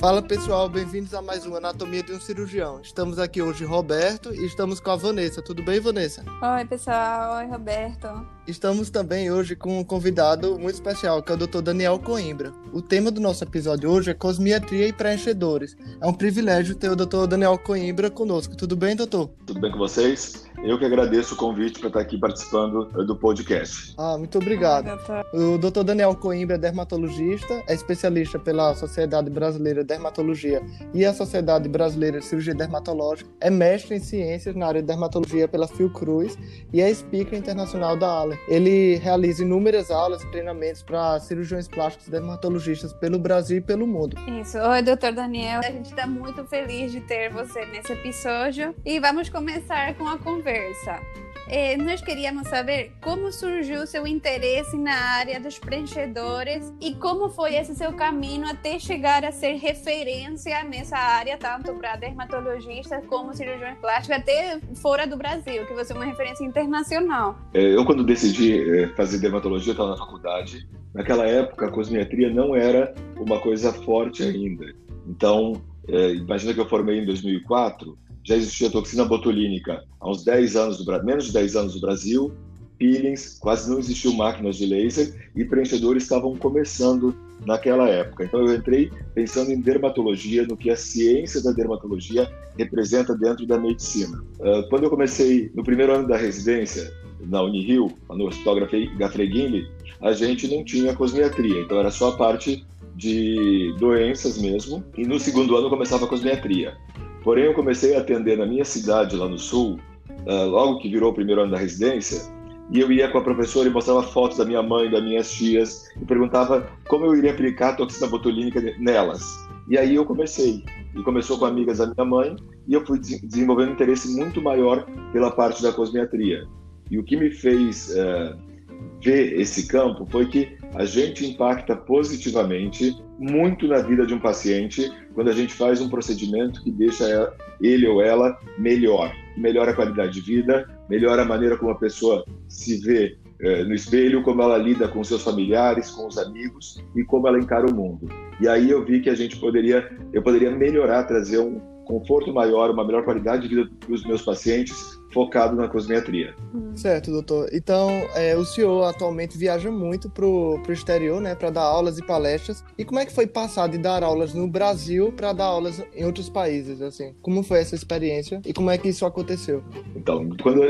Fala pessoal, bem-vindos a mais uma Anatomia de um Cirurgião. Estamos aqui hoje, Roberto, e estamos com a Vanessa. Tudo bem, Vanessa? Oi, pessoal. Oi, Roberto. Estamos também hoje com um convidado muito especial, que é o Dr. Daniel Coimbra. O tema do nosso episódio hoje é cosmiatria e preenchedores. É um privilégio ter o Dr. Daniel Coimbra conosco. Tudo bem, doutor? Tudo bem com vocês? Eu que agradeço o convite para estar aqui participando do podcast. Muito obrigado. O Dr. Daniel Coimbra é dermatologista, é especialista pela Sociedade Brasileira de Dermatologia e a Sociedade Brasileira de Cirurgia Dermatológica, é mestre em ciências na área de dermatologia pela Fiocruz e é speaker internacional da ALER. Ele realiza inúmeras aulas e treinamentos para cirurgiões plásticos e dermatologistas pelo Brasil e pelo mundo. Isso. Oi, doutor Daniel. A gente está muito feliz de ter você nesse episódio e vamos começar com a conversa. Nós queríamos saber como surgiu o seu interesse na área dos preenchedores e como foi esse seu caminho até chegar a ser referência nessa área, tanto para dermatologistas como cirurgiões plásticos, até fora do Brasil, que você é uma referência internacional. Eu, quando decidi fazer dermatologia, eu estava na faculdade. Naquela época, a cosmiatria não era uma coisa forte ainda. Então, imagina que eu formei em 2004, já existia toxina botulínica há uns 10 anos, menos de 10 anos no Brasil, peelings, quase não existiam máquinas de laser e preenchedores estavam começando naquela época. Então eu entrei pensando em dermatologia, no que a ciência da dermatologia representa dentro da medicina. Quando eu comecei no primeiro ano da residência, na Unirio, no Hospital Gafreguini, a gente não tinha cosmiatria, então era só a parte de doenças mesmo, e no segundo ano começava a cosmiatria. Porém, eu comecei a atender na minha cidade, lá no sul, logo que virou o primeiro ano da residência, e eu ia com a professora e mostrava fotos da minha mãe, das minhas tias, e perguntava como eu iria aplicar a toxina botulínica nelas. E aí eu comecei. E começou com amigas da minha mãe, e eu fui desenvolvendo um interesse muito maior pela parte da cosmiatria. E o que me fez ver esse campo foi que a gente impacta positivamente muito na vida de um paciente quando a gente faz um procedimento que deixa ele ou ela melhor. Melhora a qualidade de vida, melhora a maneira como a pessoa se vê no espelho, como ela lida com seus familiares, com os amigos e como ela encara o mundo. E aí eu vi que eu poderia melhorar, trazer um conforto maior, uma melhor qualidade de vida para os meus pacientes, focado na cosmiatria. Certo, doutor. Então, o senhor atualmente viaja muito pro exterior, né, para dar aulas e palestras. E como é que foi passar de dar aulas no Brasil para dar aulas em outros países, assim? Como foi essa experiência e como é que isso aconteceu? Então,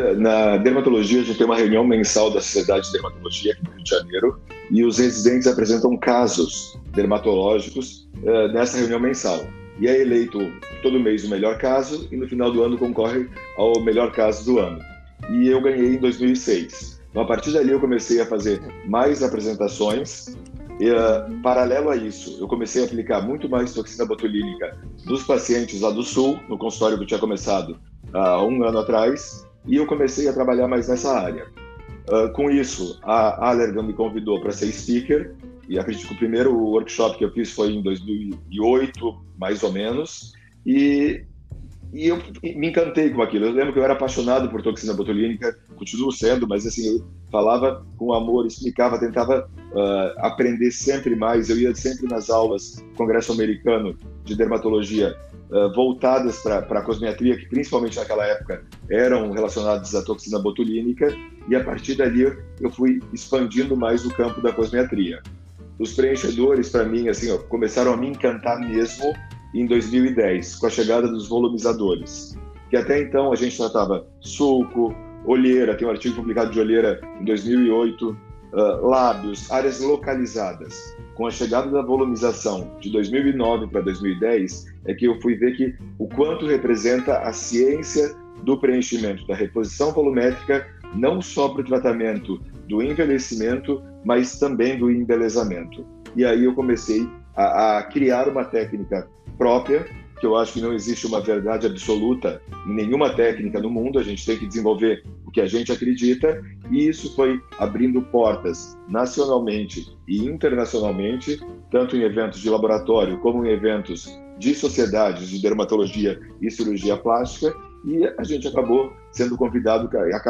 na dermatologia, a gente tem uma reunião mensal da Sociedade de Dermatologia aqui no Rio de Janeiro e os residentes apresentam casos dermatológicos nessa reunião mensal. E é eleito todo mês o melhor caso e no final do ano concorre ao melhor caso do ano. E eu ganhei em 2006. Então, a partir dali eu comecei a fazer mais apresentações e, paralelo a isso, eu comecei a aplicar muito mais toxina botulínica nos pacientes lá do Sul, no consultório que eu tinha começado há um ano atrás, e eu comecei a trabalhar mais nessa área. Com isso, a Allergan me convidou para ser speaker, e acredito que o primeiro workshop que eu fiz foi em 2008, mais ou menos, e eu me encantei com aquilo. Eu lembro que eu era apaixonado por toxina botulínica, continuo sendo, mas assim, eu falava com amor, explicava, tentava aprender sempre mais. Eu ia sempre nas aulas do Congresso Americano de Dermatologia, voltadas para a cosmiatria, que principalmente naquela época eram relacionadas à toxina botulínica, e a partir dali eu fui expandindo mais o campo da cosmiatria. Os preenchedores, para mim, assim, começaram a me encantar mesmo em 2010, com a chegada dos volumizadores. Que até então a gente tratava sulco, olheira, tem um artigo publicado de olheira em 2008, lábios, áreas localizadas. Com a chegada da volumização de 2009 para 2010, é que eu fui ver que o quanto representa a ciência do preenchimento, da reposição volumétrica, não só para o tratamento do envelhecimento, mas também do embelezamento. E aí eu comecei a criar uma técnica própria, que eu acho que não existe uma verdade absoluta em nenhuma técnica no mundo, a gente tem que desenvolver o que a gente acredita, e isso foi abrindo portas nacionalmente e internacionalmente, tanto em eventos de laboratório como em eventos de sociedades de dermatologia e cirurgia plástica, e a gente acaba sendo convidado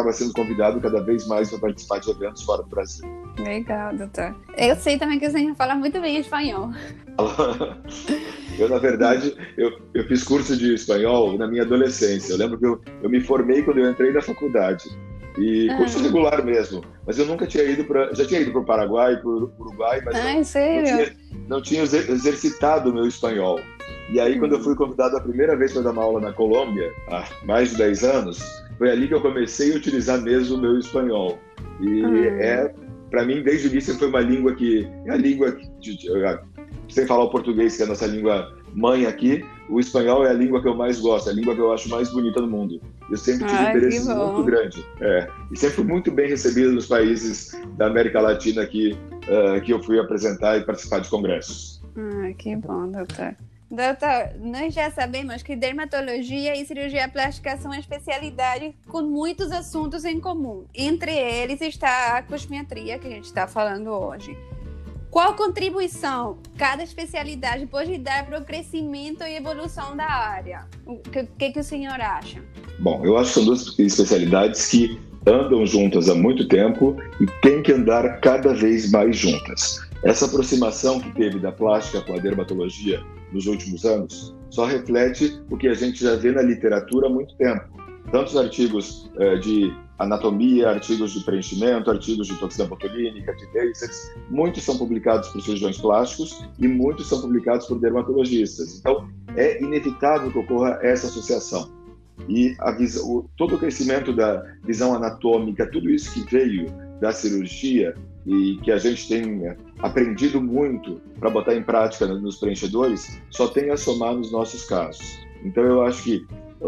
cada vez mais para participar de eventos fora do Brasil. Legal, doutor. Eu sei também que você fala muito bem espanhol. Eu, na verdade, eu fiz curso de espanhol na minha adolescência. Eu lembro que eu me formei quando eu entrei na faculdade. E curso regular mesmo. Mas eu nunca tinha ido já tinha ido para o Paraguai, para o Uruguai, mas não tinha exercitado o meu espanhol. E aí, quando eu fui convidado a primeira vez para dar uma aula na Colômbia, há mais de 10 anos, foi ali que eu comecei a utilizar mesmo o meu espanhol. E para mim, desde o início, foi uma língua que... É a língua sem falar o português, que é a nossa língua mãe aqui, o espanhol é a língua que eu mais gosto, é a língua que eu acho mais bonita do mundo. Eu sempre tive interesse muito grande. E sempre fui muito bem recebido nos países da América Latina que eu fui apresentar e participar de congressos. Que bom, doutor. Doutor, nós já sabemos que dermatologia e cirurgia plástica são especialidades com muitos assuntos em comum. Entre eles está a cosmetria, que a gente está falando hoje. Qual contribuição cada especialidade pode dar para o crescimento e evolução da área? O que o senhor acha? Bom, eu acho que são duas especialidades que andam juntas há muito tempo e têm que andar cada vez mais juntas. Essa aproximação que teve da plástica com a dermatologia nos últimos anos só reflete o que a gente já vê na literatura há muito tempo. Tantos artigos de anatomia, artigos de preenchimento, artigos de toxina botulínica, de lasers, muitos são publicados por cirurgiões plásticos e muitos são publicados por dermatologistas. Então, é inevitável que ocorra essa associação. E todo o crescimento da visão anatômica, tudo isso que veio da cirurgia e que a gente tem aprendido muito para botar em prática nos preenchedores, só tem a somar nos nossos casos. Então, eu acho que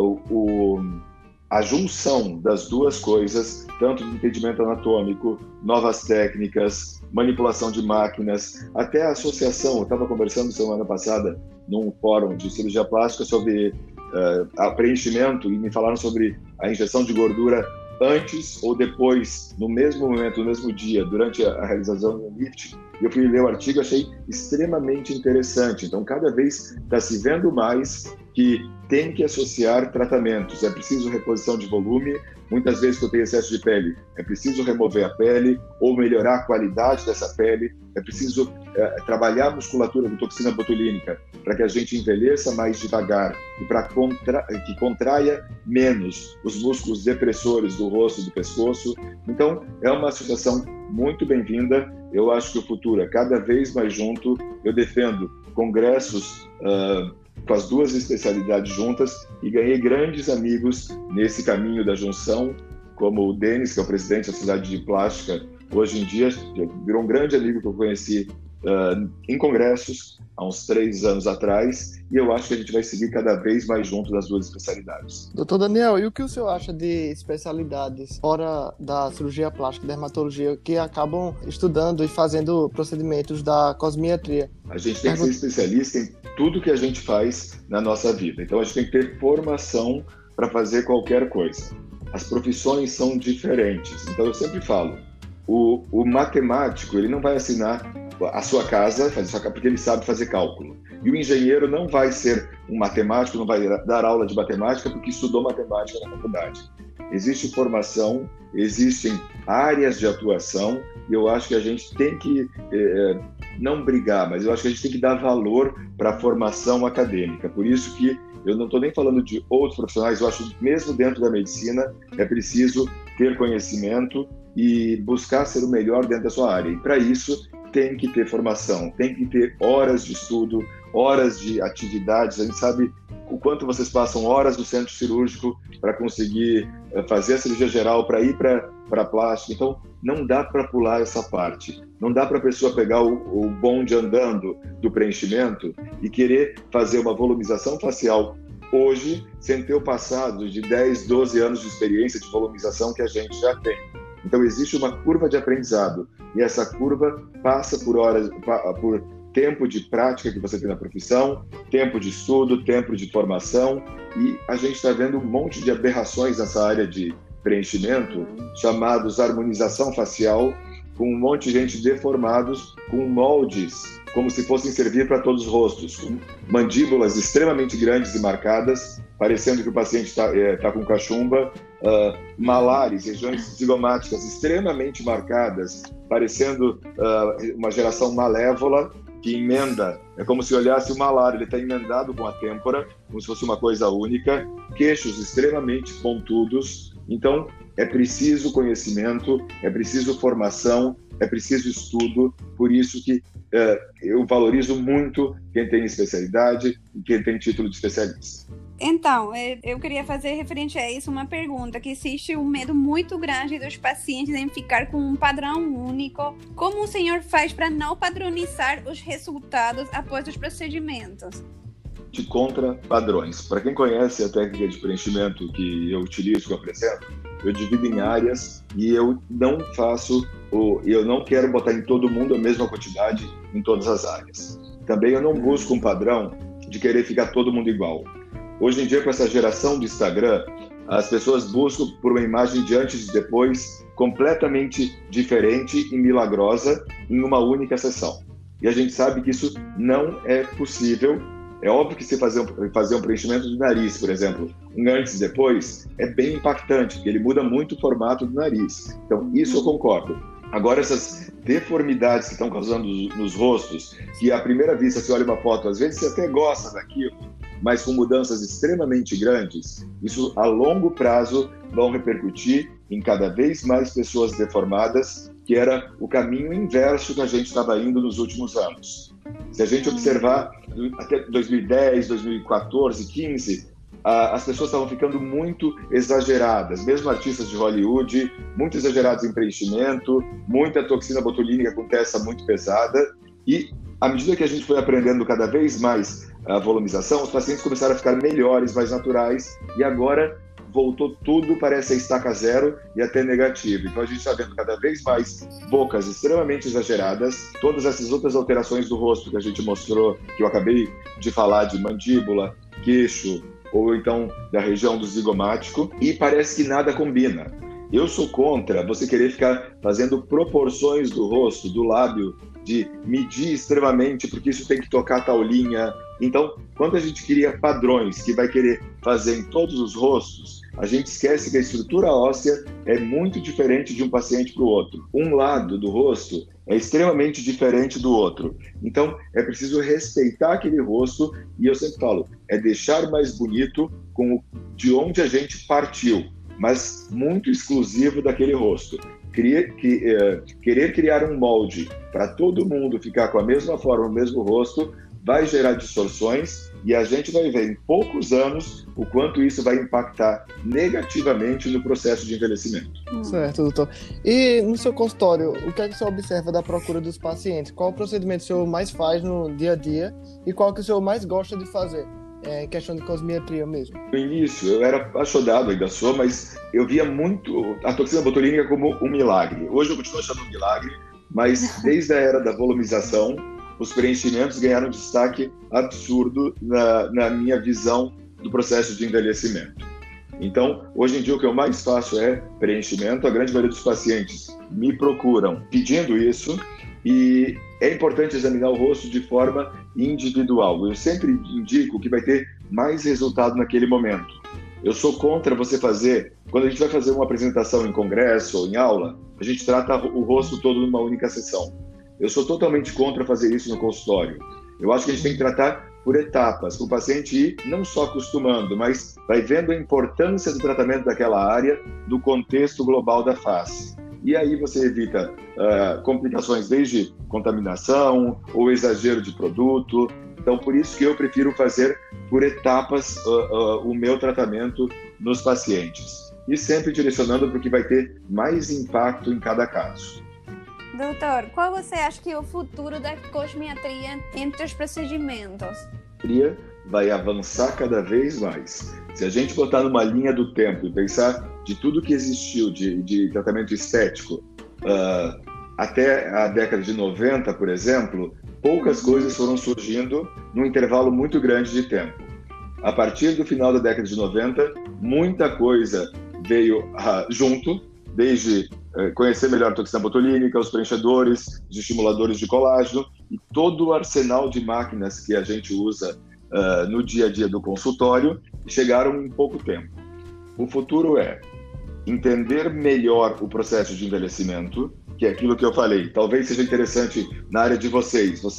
a junção das duas coisas, tanto de entendimento anatômico, novas técnicas, manipulação de máquinas, até a associação. Eu estava conversando semana passada num fórum de cirurgia plástica sobre preenchimento e me falaram sobre a injeção de gordura antes ou depois, no mesmo momento, no mesmo dia, durante a realização do lift. Eu fui ler o artigo e achei extremamente interessante. Então, cada vez está se vendo mais que tem que associar tratamentos. É preciso reposição de volume. Muitas vezes que eu tenho excesso de pele, é preciso remover a pele ou melhorar a qualidade dessa pele. É preciso trabalhar a musculatura com toxina botulínica para que a gente envelheça mais devagar e para que contraia menos os músculos depressores do rosto e do pescoço. Então, é uma associação muito bem-vinda. Eu acho que o futuro é cada vez mais junto. Eu defendo congressos com as duas especialidades juntas e ganhei grandes amigos nesse caminho da junção, como o Denis, que é o presidente da Sociedade de Plástica, hoje em dia virou um grande amigo que eu conheci em congressos há uns 3 anos atrás, e eu acho que a gente vai seguir cada vez mais junto das duas especialidades. Doutor Daniel, e o que o senhor acha de especialidades fora da cirurgia plástica e dermatologia que acabam estudando e fazendo procedimentos da cosmetria? A gente tem que ser especialista em tudo que a gente faz na nossa vida. Então a gente tem que ter formação para fazer qualquer coisa. As profissões são diferentes. Então eu sempre falo, o matemático, ele não vai assinar a sua casa, porque ele sabe fazer cálculo. E o engenheiro não vai ser um matemático, não vai dar aula de matemática porque estudou matemática na faculdade. Existe formação, existem áreas de atuação, e eu acho que a gente tem que, não brigar, mas eu acho que a gente tem que dar valor para a formação acadêmica. Por isso que eu não estou nem falando de outros profissionais, eu acho que mesmo dentro da medicina é preciso ter conhecimento e buscar ser o melhor dentro da sua área. E para isso tem que ter formação, tem que ter horas de estudo, horas de atividades. A gente sabe o quanto vocês passam horas no centro cirúrgico para conseguir fazer a cirurgia geral, para ir para a plástica. Então, não dá para pular essa parte. Não dá para a pessoa pegar o bonde andando do preenchimento e querer fazer uma volumização facial hoje, sem ter o passado de 10, 12 anos de experiência de volumização que a gente já tem. Então, existe uma curva de aprendizado, e essa curva passa por tempo de prática que você tem na profissão, tempo de estudo, tempo de formação, e a gente está vendo um monte de aberrações nessa área de preenchimento, chamados harmonização facial, com um monte de gente deformados, com moldes, como se fossem servir para todos os rostos, com mandíbulas extremamente grandes e marcadas, parecendo que o paciente está com cachumba, malares, regiões zigomáticas extremamente marcadas, parecendo uma geração malévola, que emenda, é como se olhasse o malar, ele está emendado com a têmpora, como se fosse uma coisa única, queixos extremamente pontudos. Então, é preciso conhecimento, é preciso formação, é preciso estudo, por isso que eu valorizo muito quem tem especialidade e quem tem título de especialista. Então, eu queria fazer referente a isso uma pergunta, que existe um medo muito grande dos pacientes em ficar com um padrão único. Como o senhor faz para não padronizar os resultados após os procedimentos? De contra padrões. Para quem conhece a técnica de preenchimento que eu utilizo, que eu apresento, eu divido em áreas e eu não quero botar em todo mundo a mesma quantidade em todas as áreas. Também eu não busco um padrão de querer ficar todo mundo igual. Hoje em dia, com essa geração do Instagram, as pessoas buscam por uma imagem de antes e depois completamente diferente e milagrosa em uma única sessão. E a gente sabe que isso não é possível. É óbvio que se fazer um preenchimento do nariz, por exemplo, um antes e depois, é bem impactante, porque ele muda muito o formato do nariz. Então, isso eu concordo. Agora, essas deformidades que estão causando nos rostos, que à primeira vista você olha uma foto, às vezes você até gosta daquilo, mas com mudanças extremamente grandes, isso a longo prazo vão repercutir em cada vez mais pessoas deformadas, que era o caminho inverso que a gente estava indo nos últimos anos. Se a gente observar até 2010, 2014, 2015, as pessoas estavam ficando muito exageradas, mesmo artistas de Hollywood, muito exagerados em preenchimento, muita toxina botulínica com testa muito pesada, e à medida que a gente foi aprendendo cada vez mais a volumização, os pacientes começaram a ficar melhores, mais naturais, e agora voltou tudo, parece a estaca zero e até negativo. Então a gente está vendo cada vez mais bocas extremamente exageradas, todas essas outras alterações do rosto que a gente mostrou, que eu acabei de falar, de mandíbula, queixo, ou então da região do zigomático, e parece que nada combina. Eu sou contra você querer ficar fazendo proporções do rosto, do lábio, de medir extremamente, porque isso tem que tocar tal linha. Então, quando a gente cria padrões que vai querer fazer em todos os rostos, a gente esquece que a estrutura óssea é muito diferente de um paciente para o outro. Um lado do rosto é extremamente diferente do outro. Então, é preciso respeitar aquele rosto, e eu sempre falo, é deixar mais bonito de onde a gente partiu, mas muito exclusivo daquele rosto. Querer criar um molde para todo mundo ficar com a mesma forma, o mesmo rosto, vai gerar distorções, e a gente vai ver em poucos anos o quanto isso vai impactar negativamente no processo de envelhecimento. Certo, doutor. E no seu consultório, o que é que o senhor observa da procura dos pacientes? Qual o procedimento o senhor mais faz no dia a dia e qual que o senhor mais gosta de fazer? Em questão de cosmetria mesmo. No início, eu era apaixonado, ainda sou, mas eu via muito a toxina botulínica como um milagre. Hoje eu continuo achando um milagre, mas desde a era da volumização, os preenchimentos ganharam destaque absurdo na minha visão do processo de envelhecimento. Então, hoje em dia, o que eu mais faço é preenchimento. A grande maioria dos pacientes me procuram pedindo isso, e é importante examinar o rosto de forma individual. Eu sempre indico que vai ter mais resultado naquele momento. Eu sou contra você fazer, quando a gente vai fazer uma apresentação em congresso ou em aula, a gente trata o rosto todo numa única sessão. Eu sou totalmente contra fazer isso no consultório. Eu acho que a gente tem que tratar por etapas, para o paciente ir não só acostumando, mas vai vendo a importância do tratamento daquela área, do contexto global da face. E aí você evita complicações desde contaminação ou exagero de produto. Então, por isso que eu prefiro fazer por etapas o meu tratamento nos pacientes. E sempre direcionando para o que vai ter mais impacto em cada caso. Doutor, qual você acha que é o futuro da cosmetria entre os procedimentos? A cosmetria vai avançar cada vez mais. Se a gente botar numa linha do tempo e pensar de tudo que existiu de tratamento estético até a década de 90, por exemplo, poucas coisas foram surgindo num intervalo muito grande de tempo. A partir do final da década de 90, muita coisa veio junto, desde conhecer melhor a toxina botulínica, os preenchedores, os estimuladores de colágeno e todo o arsenal de máquinas que a gente usa no dia a dia do consultório, chegaram em pouco tempo. O futuro é entender melhor o processo de envelhecimento, que é aquilo que eu falei. Talvez seja interessante na área de vocês, você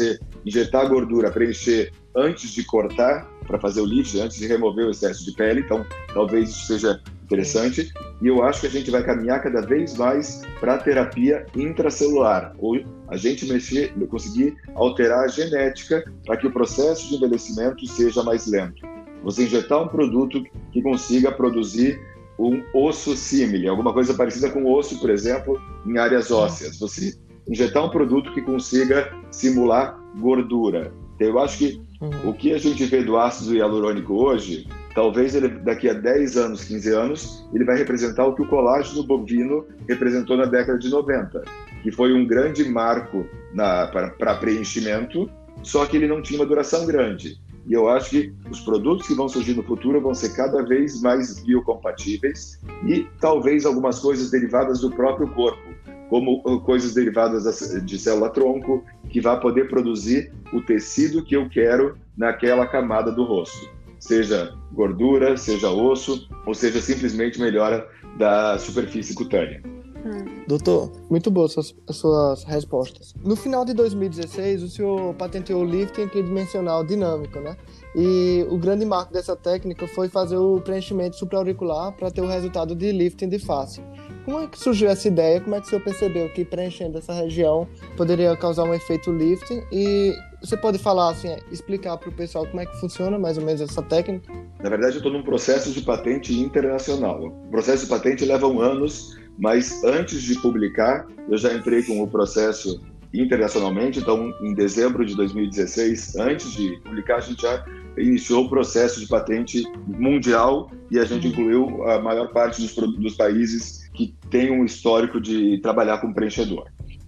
injetar a gordura, preencher antes de cortar, para fazer o lift, antes de remover o excesso de pele. Então, talvez isso seja interessante. E eu acho que a gente vai caminhar cada vez mais para a terapia intracelular, ou a gente conseguir alterar a genética para que o processo de envelhecimento seja mais lento. Você injetar um produto que consiga produzir um osso símile, alguma coisa parecida com osso, por exemplo, em áreas ósseas. Você injetar um produto que consiga simular gordura. Então, eu acho que o que a gente vê do ácido hialurônico hoje, talvez ele, daqui a 10 anos, 15 anos, ele vai representar o que o colágeno bovino representou na década de 90, que foi um grande marco para preenchimento, só que ele não tinha uma duração grande. E eu acho que os produtos que vão surgir no futuro vão ser cada vez mais biocompatíveis e talvez algumas coisas derivadas do próprio corpo, como coisas derivadas de célula-tronco, que vai poder produzir o tecido que eu quero naquela camada do rosto. Seja gordura, seja osso, ou seja simplesmente melhora da superfície cutânea. Doutor, muito boas as suas respostas. No final de 2016, o senhor patenteou o lifting tridimensional dinâmico, né? E o grande marco dessa técnica foi fazer o preenchimento supraauricular para ter o resultado de lifting de face. Como é que surgiu essa ideia? Como é que o senhor percebeu que preenchendo essa região poderia causar um efeito lifting? E você pode falar, assim, explicar para o pessoal como é que funciona mais ou menos essa técnica? Na verdade, eu estou num processo de patente internacional. O processo de patente leva anos, mas antes de publicar, eu já entrei com o processo internacionalmente. Então, em dezembro de 2016, antes de publicar, a gente já iniciou o processo de patente mundial e a gente incluiu a maior parte dos países que têm um histórico de trabalhar com preenchedor.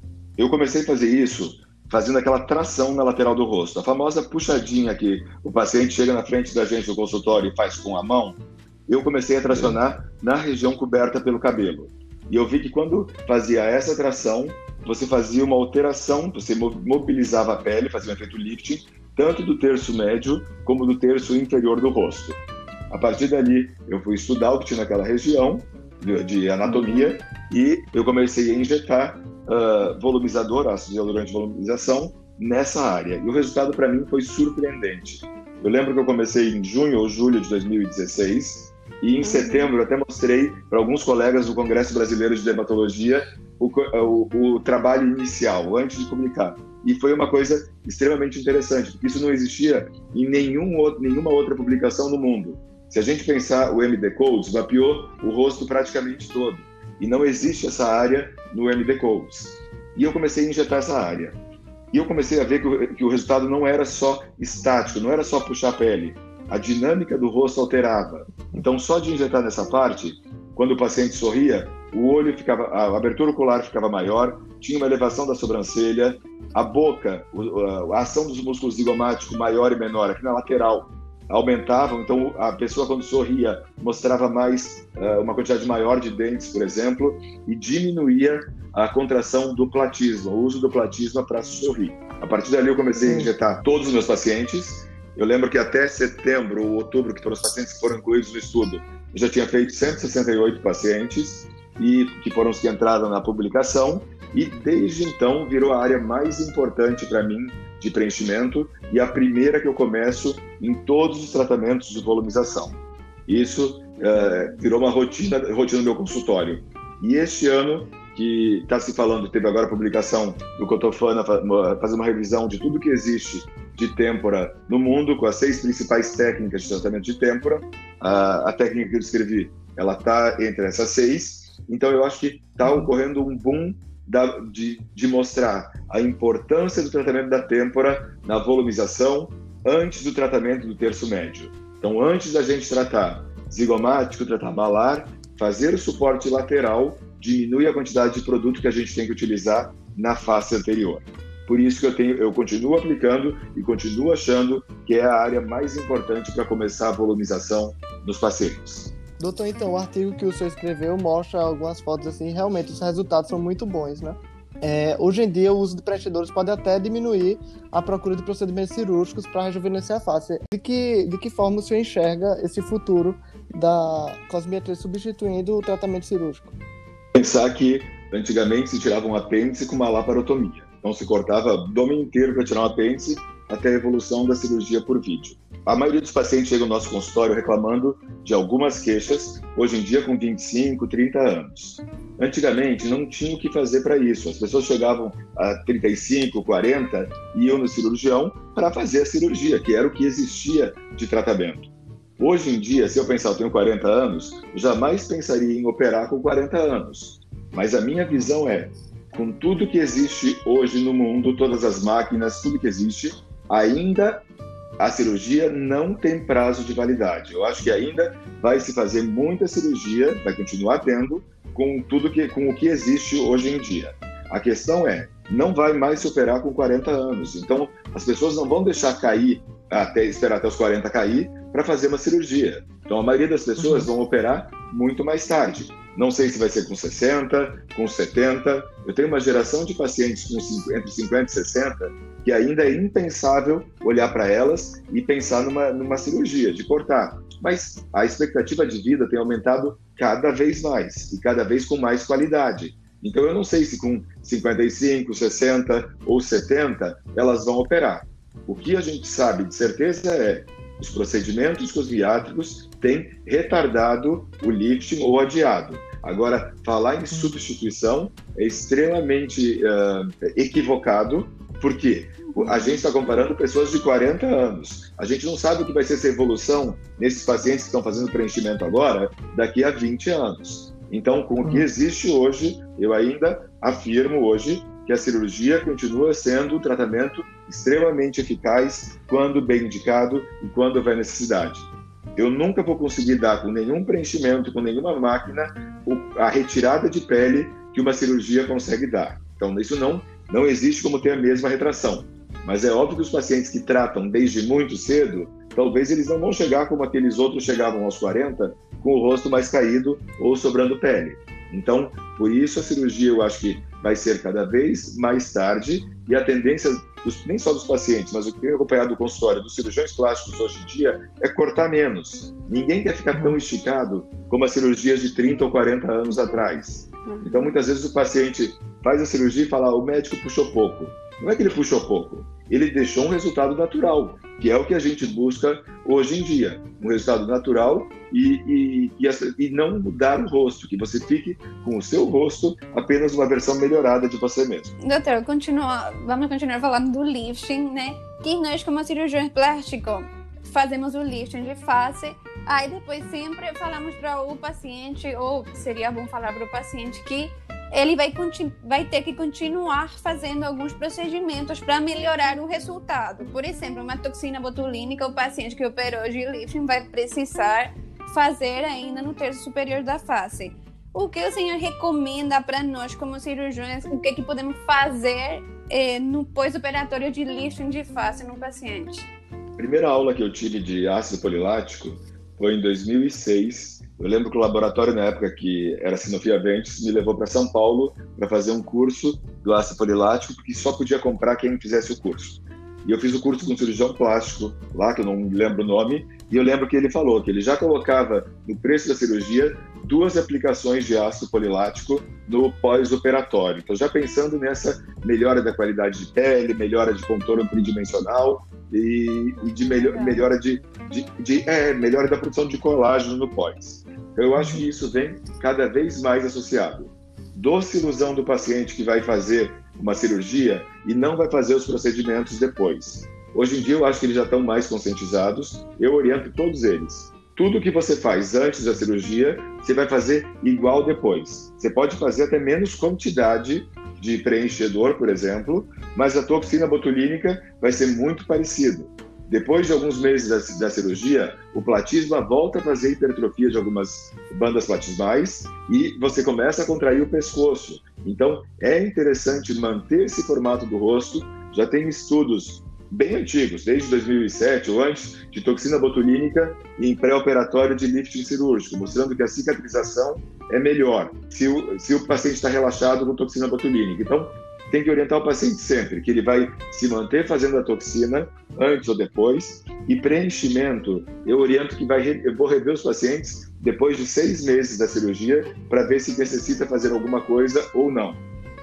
Eu comecei a fazer isso fazendo aquela tração na lateral do rosto, a famosa puxadinha que o paciente chega na frente da gente no consultório e faz com a mão. Eu comecei a tracionar na região coberta pelo cabelo. E eu vi que quando fazia essa tração, você fazia uma alteração, você mobilizava a pele, fazia um efeito lifting, tanto do terço médio como do terço inferior do rosto. A partir dali, eu fui estudar o que tinha naquela região de anatomia e eu comecei a injetar volumizador, ácido hialurônico de volumização, nessa área. E o resultado para mim foi surpreendente. Eu lembro que eu comecei em junho ou julho de 2016 e em setembro eu até mostrei para alguns colegas do Congresso Brasileiro de Dermatologia o trabalho inicial, antes de publicar. E foi uma coisa extremamente interessante, porque isso não existia em nenhuma outra publicação no mundo. Se a gente pensar, o MD Codes mapeou o rosto praticamente todo. E não existe essa área no MD Codes. E eu comecei a injetar essa área. E eu comecei a ver que o resultado não era só estático, não era só puxar a pele. A dinâmica do rosto alterava. Então, só de injetar nessa parte, quando o paciente sorria, o olho ficava, a abertura ocular ficava maior, tinha uma elevação da sobrancelha, a boca, a ação dos músculos zigomáticos maior e menor, aqui na lateral, aumentavam. Então, a pessoa, quando sorria, mostrava mais, uma quantidade maior de dentes, por exemplo, e diminuía a contração do platisma, o uso do platisma para sorrir. A partir dali, eu comecei a injetar todos os meus pacientes. Eu lembro que até setembro ou outubro, que foram os pacientes que foram incluídos no estudo, eu já tinha feito 168 pacientes, e que foram os que entraram na publicação, e desde então virou a área mais importante para mim de preenchimento e a primeira que eu começo em todos os tratamentos de volumização. Isso virou uma rotina no meu consultório. E este ano, que está se falando, teve agora a publicação do Cotofana, fazer uma revisão de tudo que existe de têmpora no mundo, com as 6 principais técnicas de tratamento de têmpora. A técnica que eu descrevi, ela está entre essas 6. Então, eu acho que está ocorrendo um boom de mostrar a importância do tratamento da têmpora na volumização antes do tratamento do terço médio. Então, antes da gente tratar zigomático, tratar malar, fazer o suporte lateral diminui a quantidade de produto que a gente tem que utilizar na face anterior. Por isso que eu continuo aplicando e continuo achando que é a área mais importante para começar a volumização nos pacientes. Doutor, então, o artigo que o senhor escreveu mostra algumas fotos assim, realmente os resultados são muito bons, né? Hoje em dia, o uso de preenchedores pode até diminuir a procura de procedimentos cirúrgicos para rejuvenescer a face. De que forma o senhor enxerga esse futuro da cosmetria substituindo o tratamento cirúrgico? Pensar que antigamente se tirava um apêndice com uma laparotomia. Então se cortava o abdômen inteiro para tirar um apêndice, até a evolução da cirurgia por vídeo. A maioria dos pacientes chega ao nosso consultório reclamando de algumas queixas, hoje em dia com 25, 30 anos. Antigamente não tinha o que fazer para isso. As pessoas chegavam a 35, 40 e iam no cirurgião para fazer a cirurgia, que era o que existia de tratamento. Hoje em dia, se eu pensar, eu tenho 40 anos, eu jamais pensaria em operar com 40 anos. Mas a minha visão é, com tudo que existe hoje no mundo, todas as máquinas, tudo que existe, ainda a cirurgia não tem prazo de validade. Eu acho que ainda vai se fazer muita cirurgia, vai continuar tendo, com o que existe hoje em dia. A questão é, não vai mais se operar com 40 anos. Então, as pessoas não vão deixar cair, esperar até os 40 cair, para fazer uma cirurgia. Então, a maioria das pessoas vão operar muito mais tarde. Não sei se vai ser com 60, com 70. Eu tenho uma geração de pacientes entre 50 e 60 que ainda é impensável olhar para elas e pensar numa cirurgia, de cortar. Mas a expectativa de vida tem aumentado cada vez mais e cada vez com mais qualidade. Então, eu não sei se com 55, 60 ou 70 elas vão operar. O que a gente sabe de certeza é os procedimentos cosmiátricos têm retardado o lifting ou adiado. Agora, falar em substituição é extremamente equivocado, porque a gente está comparando pessoas de 40 anos. A gente não sabe o que vai ser essa evolução nesses pacientes que estão fazendo preenchimento agora, daqui a 20 anos. Então, com o que existe hoje, eu ainda afirmo hoje que a cirurgia continua sendo um tratamento extremamente eficaz quando bem indicado e quando houver necessidade. Eu nunca vou conseguir dar com nenhum preenchimento, com nenhuma máquina, a retirada de pele que uma cirurgia consegue dar. Então, isso não existe como ter a mesma retração. Mas é óbvio que os pacientes que tratam desde muito cedo, talvez eles não vão chegar como aqueles outros chegavam aos 40, com o rosto mais caído ou sobrando pele. Então, por isso a cirurgia eu acho que vai ser cada vez mais tarde, e a tendência, nem só dos pacientes, mas o que eu tenho acompanhado do consultório dos cirurgiões plásticos hoje em dia é cortar menos. Ninguém quer ficar tão esticado como as cirurgias de 30 ou 40 anos atrás. Então, muitas vezes o paciente faz a cirurgia e fala, o médico puxou pouco. Não é que ele puxou pouco, ele deixou um resultado natural, que é o que a gente busca hoje em dia. Um resultado natural e não mudar o rosto, que você fique com o seu rosto apenas uma versão melhorada de você mesmo. Doutor, vamos continuar falando do lifting, né? Que nós, como cirurgiões plásticos, fazemos o lifting de face, aí depois sempre falamos para o paciente, ou seria bom falar para o paciente que ele vai ter que continuar fazendo alguns procedimentos para melhorar o resultado. Por exemplo, uma toxina botulínica, o paciente que operou de lifting vai precisar fazer ainda no terço superior da face. O que o senhor recomenda para nós como cirurgiões? O que podemos fazer no pós-operatório de lifting de face no paciente? A primeira aula que eu tive de ácido polilático foi em 2006. Eu lembro que o laboratório, na época que era Sanofi Aventis, me levou para São Paulo para fazer um curso do ácido polilático, porque só podia comprar quem fizesse o curso. E eu fiz o curso com um cirurgião plástico lá, que eu não me lembro o nome, e eu lembro que ele falou que ele já colocava no preço da cirurgia 2 aplicações de ácido polilático no pós-operatório. Então, já pensando nessa melhora da qualidade de pele, melhora de contorno tridimensional e de melhora melhora da produção de colágeno no pós. Então, eu acho que isso vem cada vez mais associado. Doce ilusão do paciente que vai fazer uma cirurgia e não vai fazer os procedimentos depois. Hoje em dia, eu acho que eles já estão mais conscientizados. Eu oriento todos eles. Tudo que você faz antes da cirurgia, você vai fazer igual depois. Você pode fazer até menos quantidade de preenchedor, por exemplo, mas a toxina botulínica vai ser muito parecido. Depois de alguns meses da cirurgia, o platisma volta a fazer hipertrofia de algumas bandas platismais e você começa a contrair o pescoço. Então, é interessante manter esse formato do rosto. Já tem estudos bem antigos, desde 2007 ou antes, de toxina botulínica em pré-operatório de lifting cirúrgico, mostrando que a cicatrização é melhor se o paciente está relaxado com toxina botulínica. Então, tem que orientar o paciente sempre, que ele vai se manter fazendo a toxina antes ou depois, e preenchimento, eu oriento que eu vou rever os pacientes depois de 6 meses da cirurgia para ver se necessita fazer alguma coisa ou não.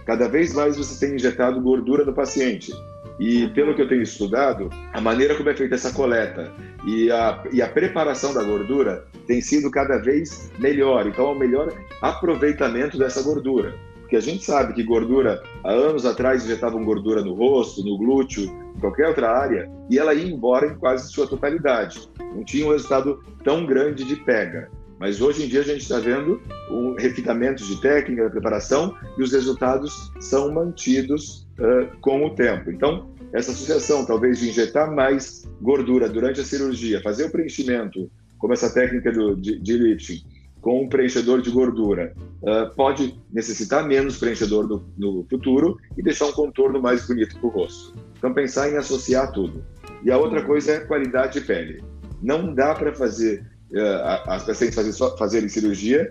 cada vez mais você tem injetado gordura no paciente. E pelo que eu tenho estudado, a maneira como é feita essa coleta e a preparação da gordura tem sido cada vez melhor. Então, é o melhor aproveitamento dessa gordura. Porque a gente sabe que gordura, há anos atrás, injetavam gordura no rosto, no glúteo, em qualquer outra área, e ela ia embora em quase sua totalidade. Não tinha um resultado tão grande de pega. Mas hoje em dia a gente está vendo refinamentos de técnica, de preparação, e os resultados são mantidos com o tempo. Então, essa associação, talvez, de injetar mais gordura durante a cirurgia, fazer o preenchimento, como essa técnica de lifting, com um preenchedor de gordura, pode necessitar menos preenchedor no futuro e deixar um contorno mais bonito para o rosto. Então, pensar em associar tudo. E a outra coisa é qualidade de pele. Não dá para fazer as pacientes fazerem cirurgia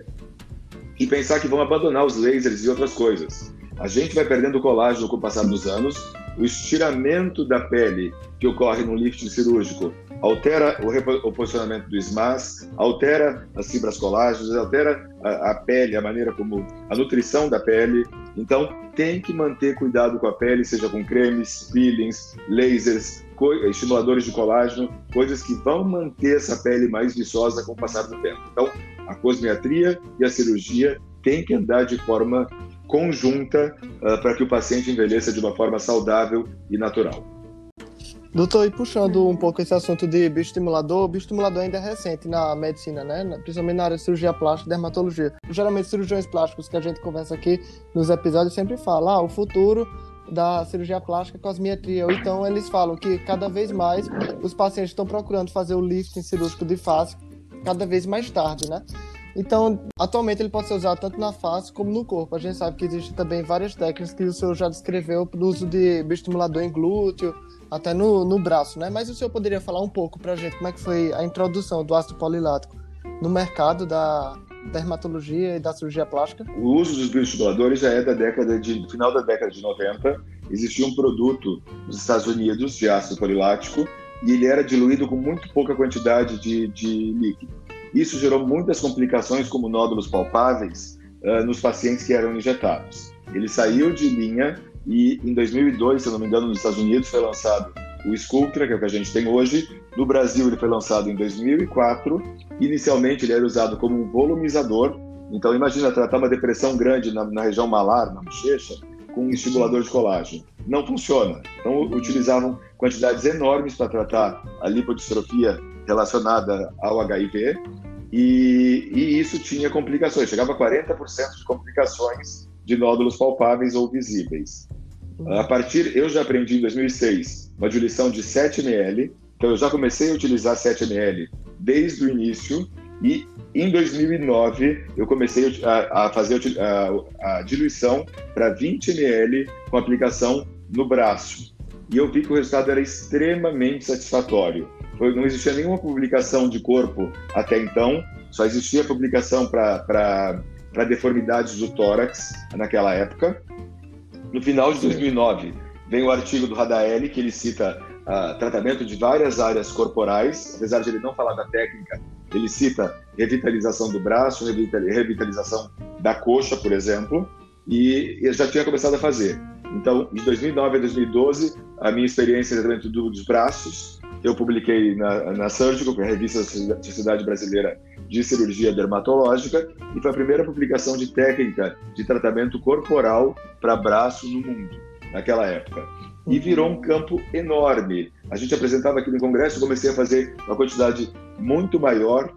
e pensar que vão abandonar os lasers e outras coisas. A gente vai perdendo colágeno com o passar dos anos, o estiramento da pele que ocorre no lifting cirúrgico altera o posicionamento do SMAS, altera as fibras colágenas, altera a pele, a maneira como a nutrição da pele. Então, tem que manter cuidado com a pele, seja com cremes, peelings, lasers, estimuladores de colágeno, coisas que vão manter essa pele mais viçosa com o passar do tempo. Então, a cosmetria e a cirurgia têm que andar de forma conjunta para que o paciente envelheça de uma forma saudável e natural. Doutor, e puxando um pouco esse assunto de bioestimulador, o bioestimulador ainda é recente na medicina, né? Principalmente na área de cirurgia plástica e dermatologia. Geralmente, cirurgiões plásticos que a gente conversa aqui nos episódios sempre falam, o futuro da cirurgia plástica é cosmetria. Ou então eles falam que cada vez mais os pacientes estão procurando fazer o lifting cirúrgico de face cada vez mais tarde, né? Então, atualmente ele pode ser usado tanto na face como no corpo. A gente sabe que existem também várias técnicas que o senhor já descreveu do uso de bioestimulador em glúteo, até no braço, né? Mas o senhor poderia falar um pouco pra gente como é que foi a introdução do ácido polilático no mercado da dermatologia e da cirurgia plástica? O uso dos bioestimuladores já é do final da década de 90. Existia um produto nos Estados Unidos de ácido polilático e ele era diluído com muito pouca quantidade de líquido. Isso gerou muitas complicações, como nódulos palpáveis, nos pacientes que eram injetados. Ele saiu de linha e em 2002, se eu não me engano, nos Estados Unidos foi lançado o Sculptra, que é o que a gente tem hoje. No Brasil ele foi lançado em 2004. Inicialmente ele era usado como um volumizador. Então imagina tratar uma depressão grande na região malar, na bochecha, com um estimulador de colágeno. Não funciona. Então utilizavam quantidades enormes para tratar a lipodistrofia relacionada ao HIV e isso tinha complicações. Chegava a 40% de complicações de nódulos palpáveis ou visíveis. Eu já aprendi em 2006 uma diluição de 7 ml, então eu já comecei a utilizar 7 ml desde o início e em 2009 eu comecei a fazer a diluição para 20 ml com aplicação no braço e eu vi que o resultado era extremamente satisfatório. Não existia nenhuma publicação de corpo até então, só existia publicação para deformidades do tórax naquela época. No final de 2009, vem o artigo do Radaeli, que ele cita tratamento de várias áreas corporais, apesar de ele não falar da técnica, ele cita revitalização do braço, revitalização da coxa, por exemplo, e eu já tinha começado a fazer. Então, de 2009 a 2012, a minha experiência em tratamento dos braços, eu publiquei na Surgical, que é a revista da Sociedade Brasileira de Cirurgia Dermatológica, e foi a primeira publicação de técnica de tratamento corporal para braço no mundo, naquela época. E virou um campo enorme. A gente apresentava aqui no congresso, comecei a fazer uma quantidade muito maior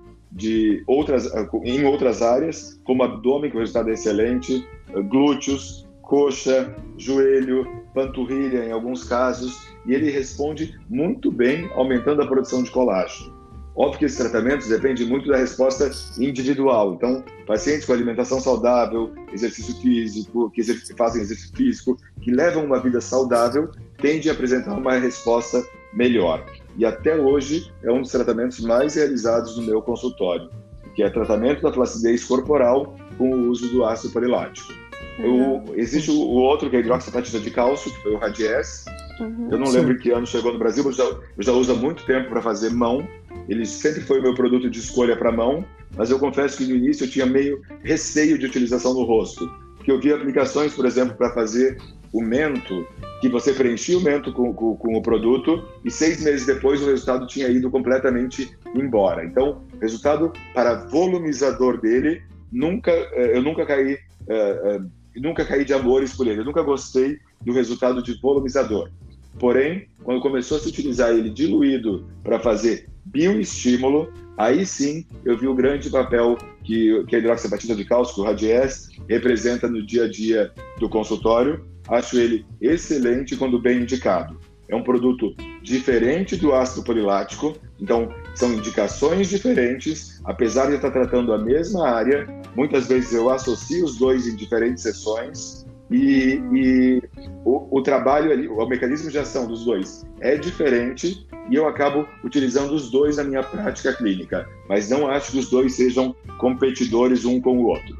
em outras áreas, como abdômen, que o resultado é excelente, glúteos, coxa, joelho, panturrilha em alguns casos, e ele responde muito bem, aumentando a produção de colágeno. Óbvio que esses tratamentos dependem muito da resposta individual. Então, pacientes com alimentação saudável, exercício físico, que fazem exercício físico, que levam uma vida saudável, tendem a apresentar uma resposta melhor. E até hoje é um dos tratamentos mais realizados no meu consultório, que é tratamento da flacidez corporal com o uso do ácido polilático. Existe o outro, que é a hidroxiapatita de cálcio, que foi o Radies. Eu não lembro que ano chegou no Brasil, mas eu já uso há muito tempo para fazer mão. Ele sempre foi o meu produto de escolha para mão, mas eu confesso que no início eu tinha meio receio de utilização no rosto, porque eu vi aplicações, por exemplo, para fazer o mento, que você preenchia o mento com o produto e 6 meses depois o resultado tinha ido completamente embora. Então, resultado para volumizador dele, eu nunca caí de amores por ele, eu nunca gostei do resultado de volumizador. Porém, quando começou a se utilizar ele diluído para fazer bioestímulo, aí sim eu vi o grande papel que a hidroxiapatita de cálcio, que o Radies, representa no dia a dia do consultório. Acho ele excelente quando bem indicado. É um produto diferente do ácido polilático, então são indicações diferentes, apesar de estar tratando a mesma área. Muitas vezes eu associo os dois em diferentes sessões e o trabalho ali, o mecanismo de ação dos dois é diferente e eu acabo utilizando os dois na minha prática clínica, mas não acho que os dois sejam competidores um com o outro.